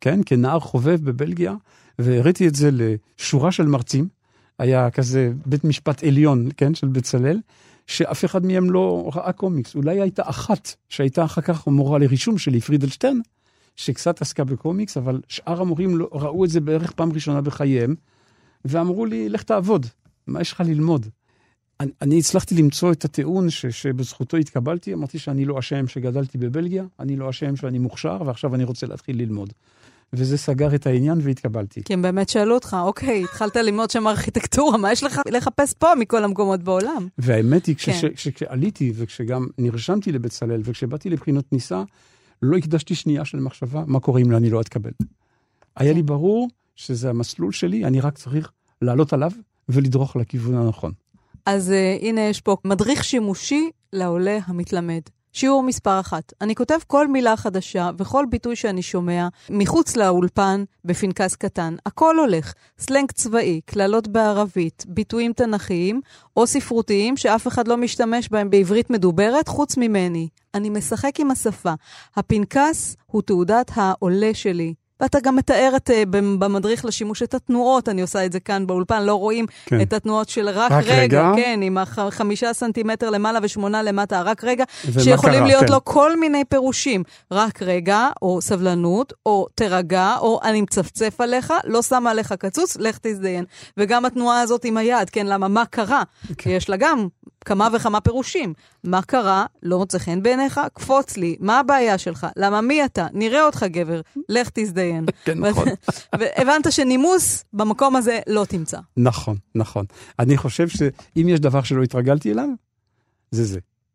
כן, כנער חובב בבלגיה, והראיתי את זה לשורה של מרצים, היה כזה בית משפט עליון, כן, של בצלאל, שאף אחד מהם לא ראה קומיקס. אולי הייתה אחת שהייתה אחר כך מורה לרישום שלי, פרידלשטיין, שקצת עסקה בקומיקס, אבל שאר המורים לא, ראו את זה בערך פעם ראשונה בחייהם, ואמרו לי, לך תעבוד, מה יש לך ללמוד? אני הצלחתי למצוא את הטיעון שבזכותו התקבלתי, אמרתי שאני לא אשם שגדלתי בבלגיה, אני לא אשם שאני מוכשר, ועכשיו אני רוצה להתחיל ללמוד. וזה סגר את העניין והתקבלתי. כי הם באמת שאלו אותך, אוקיי, התחלת ללמוד שם ארכיטקטורה, מה יש לך לחפש פה מכל המקומות בעולם? והאמת היא, כשעליתי וכשגם נרשמתי לבצלאל, וכשבאתי לבחינות ניסה, לא הקדשתי שנייה של מחשבה, מה קורה אם אני לא אתקבל. היה לי ברור שזה המסלול שלי, אני רק צריך לעלות עליו ולדרוך לכיוון הנכון. אז הנה יש פה מדריך שימושי לעולה המתלמד. שיעור מספר 1. אני כותב כל מילה חדשה וכל ביטוי שאני שומע מחוץ לאולפן בפנקס קטן. הכל הולך. סלנג צבאי, כללות בערבית, ביטויים תנכיים או ספרותיים שאף אחד לא משתמש בהם בעברית מדוברת חוץ ממני. אני משחק עם השפה. הפנקס הוא תעודת העולה שלי. ואתה גם מתאר במדריך לשימוש את התנועות, אני עושה את זה כאן באולפן, לא רואים כן. את התנועות של רק רגע, כן, עם 5 סנטימטר למעלה ו8 למטה, רק רגע, שיכולים להיות כן. לו כל מיני פירושים, רק רגע, או סבלנות, או תרגע, או אני מצפצף עליך, לא שם עליך קצוץ, לך תזדיין. וגם התנועה הזאת עם היד, כן, למה? מה קרה? כן. יש לה גם כמה וכמה פירושים. מה קרה? לא מוצא חן בעיניך? קפוץ לי. מה הבעיה שלך? למה מי אתה? נראה אותך גבר. לך תזדיין. כן, נכון. והבנת שנימוס במקום הזה לא תמצא. נכון, נכון. אני חושב שאם יש דבר שלא התרגלתי אליו, זה.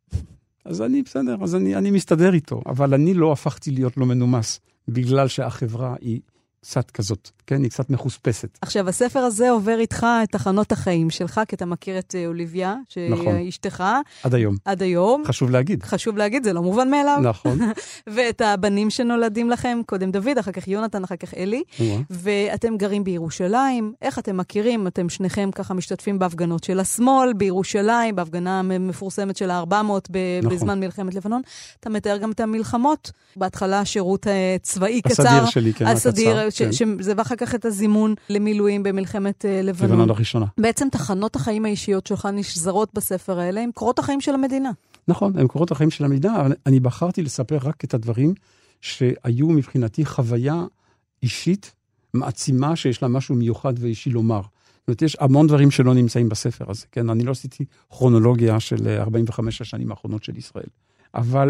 אז אני בסדר, אז אני מסתדר איתו. אבל אני לא הפכתי להיות לא מנומס, בגלל שהחברה היא קצת כזאת, כן? היא קצת מחוספסת. עכשיו, הספר הזה עובר איתך את תחנות החיים שלך, כי אתה מכיר את אוליביה, שהיא אשתך. עד היום. עד היום. חשוב להגיד. חשוב להגיד, זה לא מובן מאליו. נכון. ואת הבנים שנולדים לכם, קודם דוד, אחר כך יונתן, אחר כך אלי. ואתם גרים בירושלים. איך אתם מכירים? אתם שניכם ככה משתתפים בהפגנות של השמאל, בירושלים, בהפגנה המפורסמת של ה-400 בזמן מלחמת לבנון. אתה מתאר גם את המלחמות. בהתחלה שירות צבאי קצר. הסדיר שלי, כן, הסדיר, שזה ואחר כך את הזימון למילואים במלחמת לבנון הראשונה. בעצם תחנות החיים האישיות שלך נשזרות בספר האלה, הם קורות החיים של המדינה. נכון, הם קורות החיים של המדינה, אבל אני בחרתי לספר רק את הדברים שהיו מבחינתי חוויה אישית, מעצימה שיש לה משהו מיוחד ואישי לומר. זאת אומרת, יש המון דברים שלא נמצאים בספר הזה, כן? אני לא עשיתי כרונולוגיה של 45 השנים האחרונות של ישראל. אבל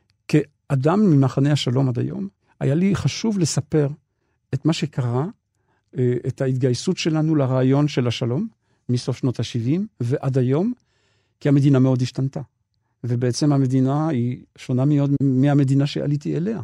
כאדם ממחנה השלום עד היום, היה לי חשוב לספר את מה שקרה, את ההתגייסות שלנו לרעיון של השלום, מסוף שנות ה-70 ועד היום, כי המדינה מאוד השתנתה. ובעצם המדינה היא שונה מאוד מהמדינה שעליתי אליה.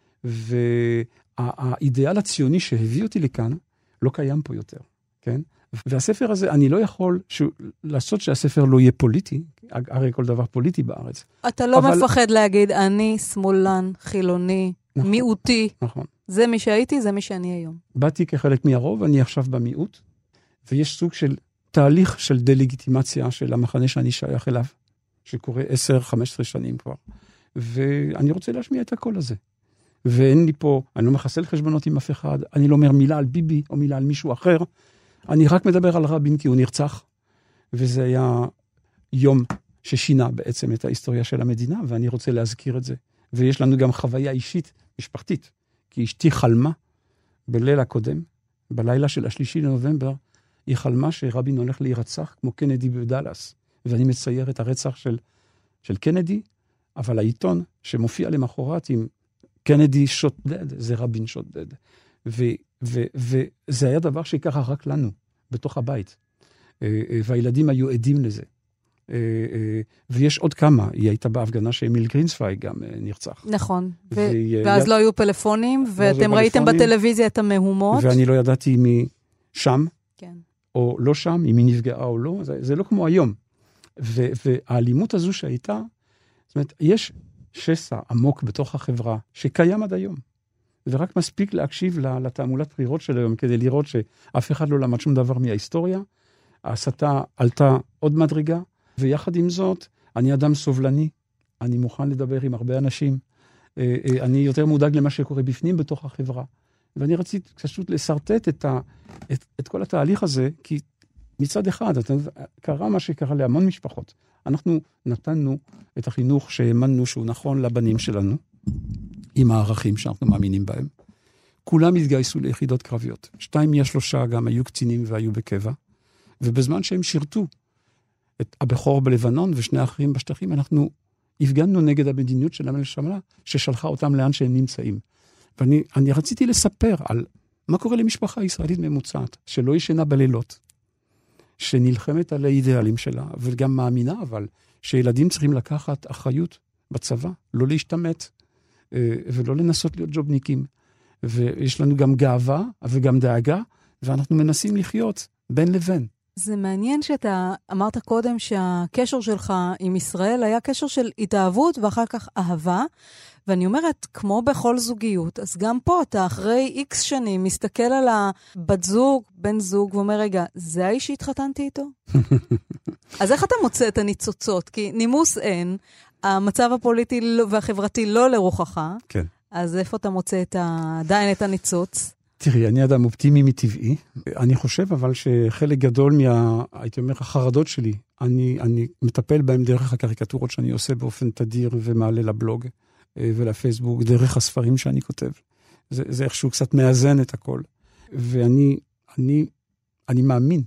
והאידיאל הציוני שהביא אותי לכאן, לא קיים פה יותר, כן? והספר הזה, אני לא יכול לעשות שהספר לא יהיה פוליטי, הרי כל דבר פוליטי בארץ. אתה לא מפחד להגיד, אני שמאלן, חילוני, נכון, מיעוטי. נכון. זה מי שהייתי, זה מי שאני היום. באתי כחלק מהרוב, אני עכשיו במיעוט, ויש סוג של תהליך של דה-לגיטימציה של המחנה שאני שייך אליו, שקורה 10-15 שנים כבר. ואני רוצה להשמיע את הקול הזה. ואין לי פה, אני לא מחסל חשבונות עם אף אחד, אני לא אומר מילה על ביבי או מילה על מישהו אחר, אני רק מדבר על רבין כי הוא נרצח, וזה היה יום ששינה בעצם את ההיסטוריה של המדינה, ואני רוצה להזכיר את זה. ויש לנו גם חוויה אישית, משפחתית, כי אשתי חלמה בלילה הקודם, בלילה של 3 לנובמבר, היא חלמה שרבין הולך להירצח כמו קנדי בדלס, ואני מצייר את הרצח של קנדי, אבל העיתון שמופיע למחרת עם קנדי שוט דד, זה רבין שוט דד. וזה היה דבר שיקרה רק לנו, בתוך הבית. והילדים היו עדים לזה. ויש עוד כמה, היא הייתה בהפגנה שאמיל גרינצווייג גם נרצח. נכון, ואז לא היו פלאפונים, ואתם ראיתם בטלוויזיה את המהומות. ואני לא ידעתי אם היא שם, או לא שם, אם היא נפגעה או לא, זה לא כמו היום. והאלימות הזו שהייתה, זאת אומרת, יש שסע עמוק בתוך החברה, שקיים עד היום. ורק מספיק להקשיב לתעמולת בחירות של היום, כדי לראות שאף אחד לא למד שום דבר מההיסטוריה, ההסתה עלתה עוד מדרגה, ויחד עם זאת, אני אדם סובלני, אני מוכן לדבר עם הרבה אנשים, אני יותר מודאג למה שקורה בפנים בתוך החברה, ואני רציתי פשוט לסרטט את כל התהליך הזה, כי מצד אחד, קרה מה שקרה להמון משפחות. אנחנו נתנו את החינוך שהאמנו שהוא נכון לבנים שלנו, עם הערכים שאנחנו מאמינים בהם. כולם התגייסו ליחידות קרביות. 2 מ-3 גם היו קצינים והיו בקבע, ובזמן שהם שירתו את הבכור בלבנון ו2 האחרים בשטחים, אנחנו הפגנו נגד המדיניות של הממשלה, ששלחה אותם לאן שהם נמצאים. ואני רציתי לספר על מה קורה למשפחה ישראלית ממוצעת, שלא ישנה בלילות, שנלחמת על האידיאלים שלה, וגם מאמינה, אבל שילדים צריכים לקחת אחריות בצבא, לא להשתמט, ולא לנסות להיות ג'ובניקים. ויש לנו גם גאווה וגם דאגה, ואנחנו מנסים לחיות בין לבין. זה מעניין שאתה אמרת קודם שהקשר שלך עם ישראל היה קשר של התאהבות ואחר כך אהבה, ואני אומרת, כמו בכל זוגיות, אז גם פה אתה אחרי איקס שנים מסתכל על הבת זוג, בן זוג, ואומר, רגע, זה האיש שהתחתנתי איתו? אז איך אתה מוצא את הניצוצות? כי נימוס אין, המצב הפוליטי והחברתי לא לרוחך, כן. אז איפה אתה מוצא עדיין את הניצוץ? תראי, אני אדם אופטימי מטבעי. אני חושב אבל שחלק גדול הייתי אומר, החרדות שלי, אני מטפל בהם דרך הקריקטורות שאני עושה באופן תדיר ומעלה לבלוג ולפייסבוק, דרך הספרים שאני כותב. זה איכשהו קצת מאזן את הכל. ואני מאמין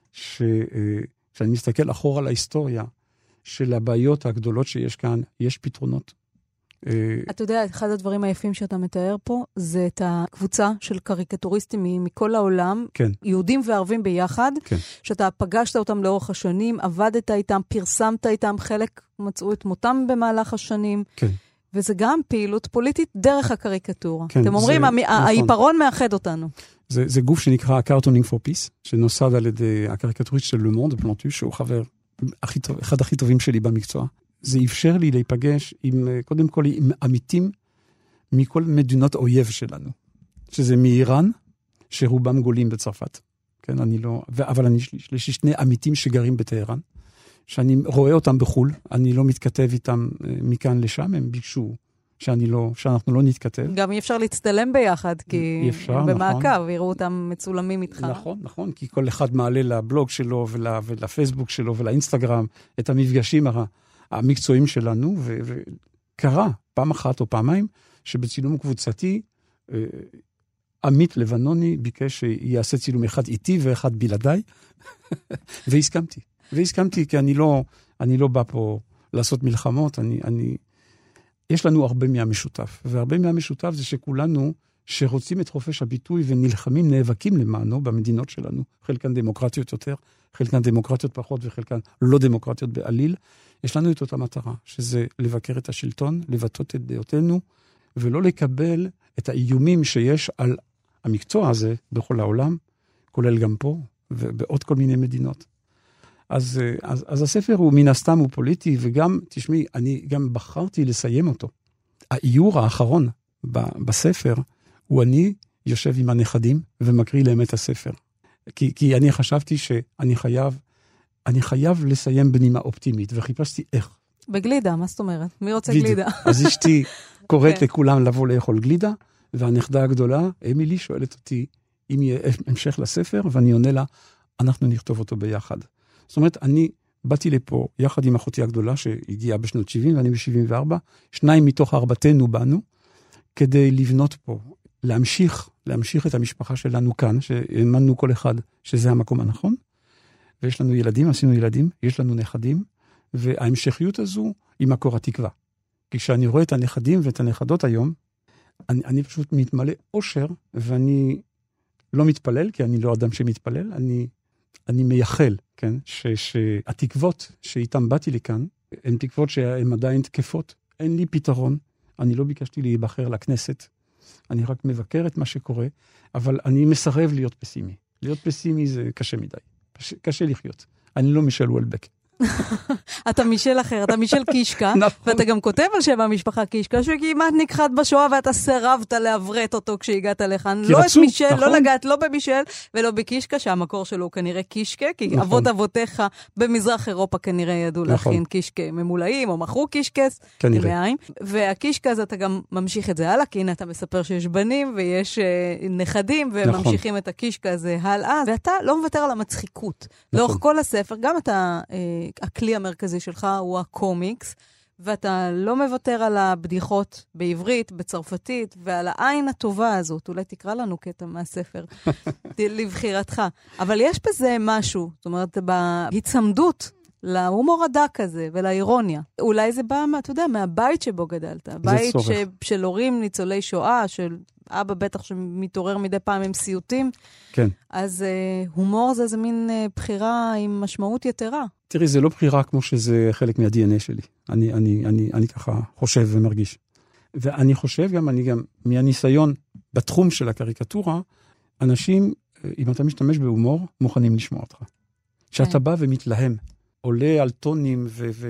שאני מסתכל אחורה על ההיסטוריה של הבעיות הגדולות שיש כאן, יש פתרונות. אתה יודע, אחד הדברים היפים שאתה מתאר פה, זה את הקבוצה של קריקטוריסטים מכל העולם, כן. יהודים וערבים ביחד, כן. שאתה פגשת אותם לאורך השנים, עבדת איתם, פרסמת איתם, חלק מצאו את מותם במהלך השנים, כן. וזה גם פעילות פוליטית דרך הקריקטורה. כן, אתם אומרים, העיפרון מאחד אותנו. זה גוף שנקרא Cartooning for Peace, שנוסד על ידי הקריקטוריסט של Le Monde, פלנטוש, שהוא חבר אחד הכי טובים שלי במקצוע. זה אפשר לי להיפגש קודם כל עם עמיתים מכל מדינות אויב שלנו. שזה מאיראן, שרובם גולים בצרפת. כן, אבל יש לי 2 עמיתים שגרים בטהרן, שאני רואה אותם בחול, אני לא מתכתב איתם מכאן לשם, הם ביקשו שאנחנו לא נתכתב. גם אי אפשר להצטלם ביחד, כי אפשר, במעקב, נכון. יראו אותם מצולמים איתך. נכון, כי כל אחד מעלה לבלוג שלו ולפייסבוק שלו ולאינסטגרם את המפגשים המקצועיים שלנו, וקרה פעם אחת או פעמיים, שבצילום קבוצתי, עמית לבנוני ביקש שיעשה צילום אחד איתי ואחד בלעדיי, והסכמתי, כי אני לא בא פה לעשות מלחמות, יש לנו הרבה מהמשותף, והרבה מהמשותף זה שכולנו שרוצים את חופש הביטוי ונלחמים, נאבקים למענו במדינות שלנו, חלקן דמוקרטיות יותר, חלקן דמוקרטיות פחות וחלקן לא דמוקרטיות בעליל, יש לנו את אותה מטרה, שזה לבקר את השלטון, לבטאות את דעותינו, ולא לקבל את האיומים שיש על המקצוע הזה בכל העולם, כולל גם פה ובעוד כל מיני מדינות. אז הספר הוא מן הסתם הוא פוליטי, וגם, תשמעי, אני גם בחרתי לסיים אותו. האיור האחרון בספר, הוא אני יושב עם הנכדים ומקריא להם את הספר. כי אני חשבתי שאני חייב לסיים בנימה אופטימית, וחיפשתי איך. בגלידה, מה זאת אומרת? מי רוצה גלידה? אז אשתי קוראת לכולם לבוא לאכול גלידה, והנכדה הגדולה, אמילי, שואלת אותי אם יהיה המשך לספר, ואני עונה לה, אנחנו נכתוב אותו ביחד. זאת אומרת, אני באתי לפה יחד עם אחותי הגדולה, שהגיעה בשנות 70, ואני ב-74, 2 מתוך 4 באנו, כדי לבנות פה, להמשיך את המשפחה שלנו כאן, שהאמנו כל אחד שזה המקום הנכון, ויש לנו ילדים, עשינו ילדים, יש לנו נכדים, וההמשכיות הזו היא מקור התקווה. כי כשאני רואה את הנכדים ואת הנכדות היום, אני פשוט מתמלא אושר, ואני לא מתפלל, כי אני לא אדם שמתפלל, אני מייחל, כן, שהתקוות שאיתם באתי לכאן, הן תקוות שהן עדיין תקפות. אין לי פתרון, אני לא ביקשתי להיבחר לכנסת, אני רק מבקר את מה שקורה, אבל אני מסרב להיות פסימי. להיות פסימי זה קשה מדי, קשה לחיות. אני לא מישל וולבק. אתה מישל אחר, אתה מישל קישקה, ואתה גם כותב על שם המשפחה קישקה, שכמעט נכחד בשואה, ואתה סירבת לעברת אותו כשהגעת לכאן. לא את מישל, לא לגעת, לא במישל, ולא בקישקה, שהמקור שלו הוא כנראה קישקה, כי אבות אבותיך במזרח אירופה כנראה ידעו להכין קישקה ממולאים, או מכרו קישקס, כנראה. והקישקה הזה אתה גם ממשיך את זה הלאה, כי הנה אתה מספר שיש בנים, ויש נכדים, וממשיכים את הקישקה הזה הלאה, ואתה לא מוותר על המצחיקות. לאורך כל הספר, גם אתה, הכלי המרכזי שלך הוא הקומיקס, ואתה לא מוותר על הבדיחות בעברית, בצרפתית, ועל העין הטובה הזאת. אולי תקרא לנו קטע מהספר, לבחירתך. אבל יש בזה משהו, זאת אומרת, בהצמדות להומור הדק הזה ולאירוניה. אולי זה בא, אתה יודע, מהבית שבו גדלת. בית של הורים ניצולי שואה, של אבא בטח שמתעורר מדי פעם עם סיוטים. כן. אז הומור זה מין בחירה עם משמעות יתרה. תראי, זה לא בחירה כמו שזה חלק מה-DNA שלי. אני ככה חושב ומרגיש. ואני חושב גם, אני גם מהניסיון בתחום של הקריקטורה, אנשים, אם אתה משתמש בהומור, מוכנים לשמוע אותך. שאתה בא ומתלהם, עולה על טונים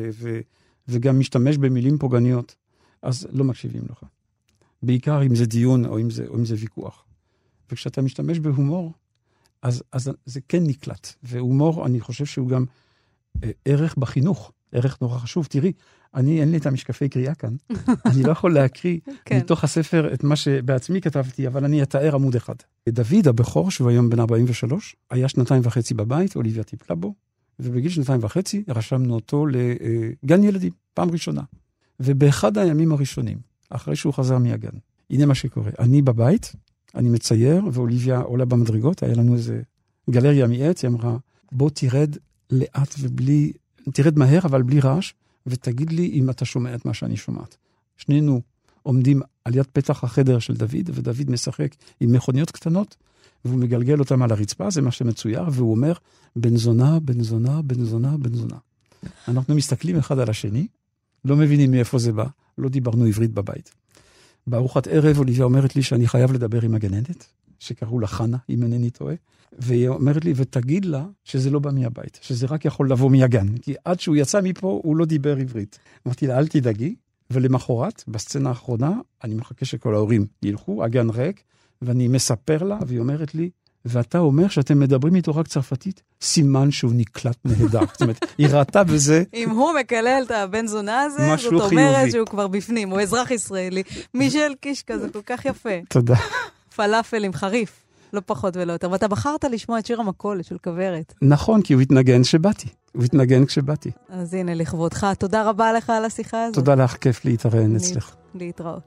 וגם משתמש במילים פוגעניות, אז לא מקשיבים לך. בעיקר אם זה דיון או אם זה ויכוח. וכשאתה משתמש בהומור, אז זה כן נקלט. והומור, אני חושב שהוא גם ערך בחינוך, ערך נורא חשוב. תראי, אין לי את המשקפי קריאה כאן, אני לא יכול להקריא מתוך הספר את מה שבעצמי כתבתי, אבל אני אתאר עמוד אחד. דוד הבכור, שהוא היום בן 43, היה 2.5 בבית, אוליביה טיפלה בו, ובגיל 2.5 רשמנו אותו לגן ילדים, פעם ראשונה. ובאחד הימים הראשונים, אחרי שהוא חזר מהגן, הנה מה שקורה. אני בבית, אני מצייר, ואוליביה עולה במדרגות, היה לנו איזה גלריה מעץ, היא אמרה, בוא תרד לאט ובלי, תרד מהר, אבל בלי רעש, ותגיד לי אם אתה שומע את מה שאני שומעת. שנינו עומדים על יד פתח החדר של דוד, ודוד משחק עם מכוניות קטנות, והוא מגלגל אותם על הרצפה, זה מה שמצויר, והוא אומר, בן זונה, בן זונה, בן זונה, בן זונה. אנחנו מסתכלים אחד על השני, לא מבינים מאיפה זה בא, לא דיברנו עברית בבית. בארוחת ערב, אוליביה אומרת לי שאני חייב לדבר עם הגננת, שקראו לה חנה, אם אינני טועה, והיא אומרת לי, ותגיד לה שזה לא בא מהבית, שזה רק יכול לבוא מהגן, כי עד שהוא יצא מפה, הוא לא דיבר עברית. אמרתי לה, אל תדאגי, ולמחרת, בסצנה האחרונה, אני מחכה שכל ההורים ילכו, הגן ריק, ואני מספר לה, והיא אומרת לי, ואתה אומר שאתם מדברים איתו רק צרפתית, סימן שהוא נקלט נהדר. זאת אומרת, היא ראתה בזה... אם הוא מקלל את הבן זונה הזה, זאת אומרת שהוא כבר בפנים, הוא אזרח ישראלי. מישל קישקה, זה כל כך יפה. תודה. פלאפל עם חריף, לא פחות ולא יותר. ואתה בחרת לשמוע את שיר המכולת של כוורת. נכון, כי הוא התנגן כשבאתי. הוא התנגן כשבאתי. אז הנה, לכבודך. תודה רבה לך על השיחה הזאת. תודה לך, כיף להתראיין אצלך. להתראות.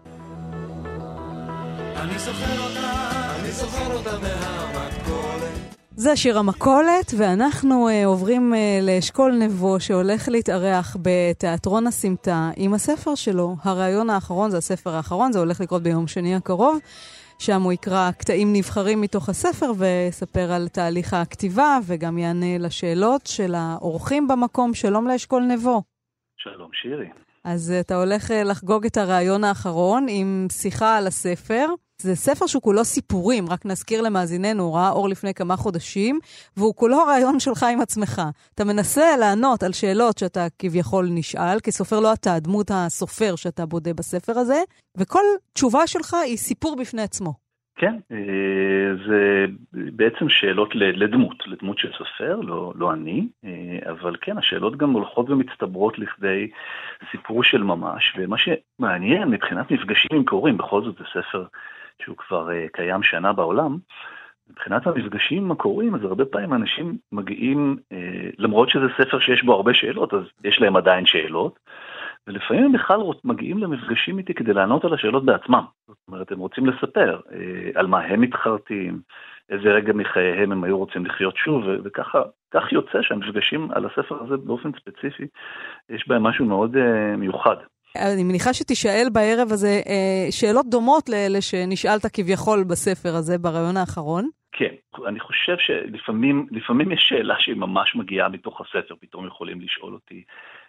אני זוכר אותה מהמכולת. זה שיר המכולת, ואנחנו עוברים לאשכול נבו, שהולך להתארח בתיאטרון הסמטה עם הספר שלו. הרעיון האחרון, זה הספר האחרון, זה הולך לקרות ביום שני הקרוב. שם הוא יקרא קטעים נבחרים מתוך הספר, ויספר על תהליך הכתיבה, וגם יענה לשאלות של האורחים במקום. שלום לאשכול נבו. שלום שירי. אז אתה הולך לחגוג את הרעיון האחרון עם שיחה על הספר. זה ספר שהוא כולו סיפורים, רק נזכיר למאזיננו, ראה אור לפני כמה חודשים, והוא כולו רעיון שלך עם עצמך. אתה מנסה לענות על שאלות שאתה כביכול נשאל, כי סופר לא אתה, דמות הסופר שאתה בודה בספר הזה, וכל תשובה שלך היא סיפור בפני עצמו. כן, זה בעצם שאלות לדמות של סופר, לא אני, אבל כן, השאלות גם הולכות ומצטברות לכדי סיפור של ממש, ומה שמעניין מבחינת מפגשים עם קוראים, בכל זאת זה ספר שהוא כבר קיים שנה בעולם, מבחינת המפגשים עם הקוראים, אז הרבה פעמים אנשים מגיעים, למרות שזה ספר שיש בו הרבה שאלות, אז יש להם עדיין שאלות, ולפעמים הם בכלל מגיעים למפגשים איתי כדי לענות על השאלות בעצמם. זאת אומרת, הם רוצים לספר על מה הם מתחרטים, איזה רגע מחייהם הם היו רוצים לחיות שוב, וכך יוצא שהמפגשים על הספר הזה באופן ספציפי, יש בהם משהו מאוד מיוחד. אני מניחה שתשאל בערב הזה שאלות דומות לאלה שנשאלת כביכול בספר הזה ברעיון האחרון. כן, אני חושב שלפעמים יש שאלה שהיא ממש מגיעה מתוך הספר, פתאום יכולים לשאול אותי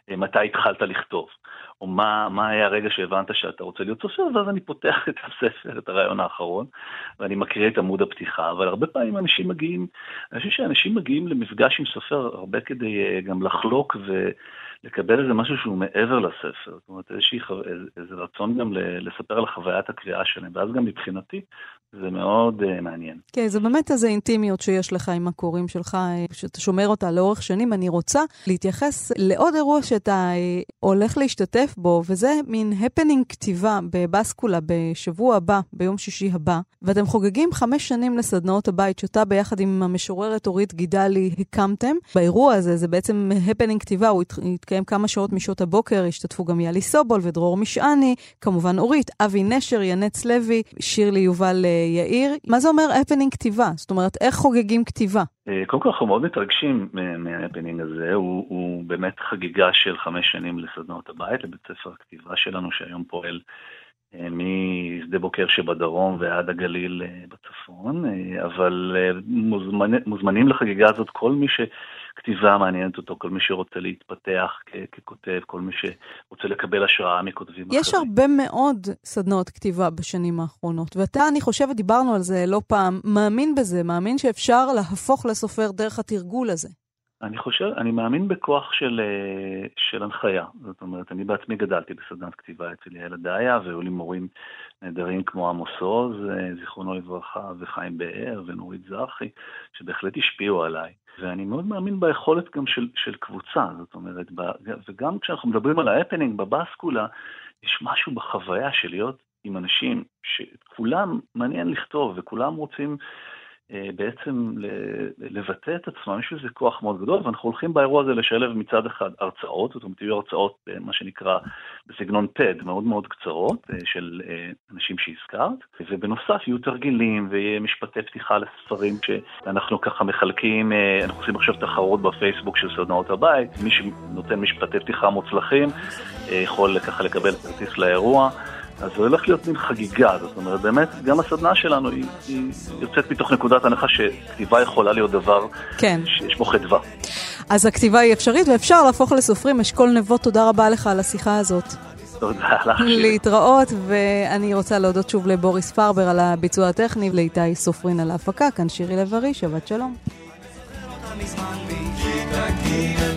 מתי התחלת לכתוב, או מה היה הרגע שהבנת שאתה רוצה להיות סופר, ואז אני פותח את הספר, את הרעיון האחרון, ואני מקריא את עמוד הפתיחה, אבל הרבה פעמים אני חושב שאנשים מגיעים למפגש עם סופר הרבה כדי גם לחלוק לקבל איזה משהו שהוא מעבר לספר, זאת אומרת איזה רצון גם לספר על חוויית הקריאה שלהם, ואז גם מבחינתי זה מאוד מעניין. כן, זה באמת איזו אינטימיות שיש לך עם הקוראים שלך, שאתה שומר אותה לאורך שנים. אני רוצה להתייחס לעוד אירוע שאתה הולך להשתתף בו, וזה מין הפנינג כתיבה בבסקולה בשבוע הבא, ביום שישי הבא, ואתם חוגגים 5 שנים לסדנאות הבית, שאתה ביחד עם המשוררת אורית גידלי הקמתם. באירוע הזה זה בעצם הפנינג כתיבה, הוא התקיים כמה שעות משעות הבוקר, השתתפו גם יאלי סובול ודרור משעני, כמובן אורית, אבי נשר, ינץ לוי, שירלי יובל יאיר. מה זה אומר הפנינג כתיבה? זאת אומרת, איך חוגגים כתיבה? קודם כל אנחנו מאוד מתרגשים מההפנינג הזה, הוא באמת חגיגה של 5 שנים לסדנאות הבית, לבית ספר הכתיבה שלנו שהיום פועל משדה בוקר שבדרום ועד הגליל בצפון, אבל מוזמנים לחגיגה הזאת כל מי שכתיבה מעניינת אותו, כל מי שרוצה להתפתח ככותב, כל מי שרוצה לקבל השראה מכותבים אחרים. יש הרבה מאוד סדנאות כתיבה בשנים האחרונות, ואתה, אני חושבת, דיברנו על זה לא פעם, מאמין בזה, מאמין שאפשר להפוך לסופר דרך התרגול הזה. אני מאמין בכוח של הנחיה. זאת אומרת, אני בעצמי גדלתי בסדנת כתיבה אצל יעל עדיה, והיו לי מורים נהדרים כמו עמוס עוז, זיכרונו לברכה, וחיים באר, ונורית זרחי, שבהחלט השפיעו עליי. ואני מאוד מאמין ביכולת גם של קבוצה. זאת אומרת, וגם כשאנחנו מדברים על ההפנינג בבסקולה, יש משהו בחוויה של להיות עם אנשים שכולם מעניין לכתוב, וכולם רוצים בעצם לבטא את עצמם. יש לזה כוח מאוד גדול, ואנחנו הולכים באירוע הזה לשלב מצד אחד הרצאות, זאת אומרת, יהיו הרצאות מה שנקרא בסגנון פד, מאוד מאוד קצרות, של אנשים שהזכרת, ובנוסף יהיו תרגילים ויהיה משפטי פתיחה לספרים שאנחנו ככה מחלקים, אנחנו עושים עכשיו תחרות בפייסבוק של סדנאות הבית, מי שנותן משפטי פתיחה מוצלחים יכול ככה לקבל כרטיס לאירוע. אז זה הולך להיות מין חגיגה, זאת אומרת, באמת, גם הסדנה שלנו היא יוצאת מתוך נקודת הנחה שכתיבה יכולה להיות דבר שיש בו חדווה. אז הכתיבה היא אפשרית, ואפשר להפוך לסופרים. אשכול נבות, תודה רבה לך על השיחה הזאת. תודה לך. להתראות, ואני רוצה להודות שוב לבוריס פרבר על הביצוע הטכני, לאיתי סופרין על ההפקה, כאן שירי לב-ארי, שבת שלום.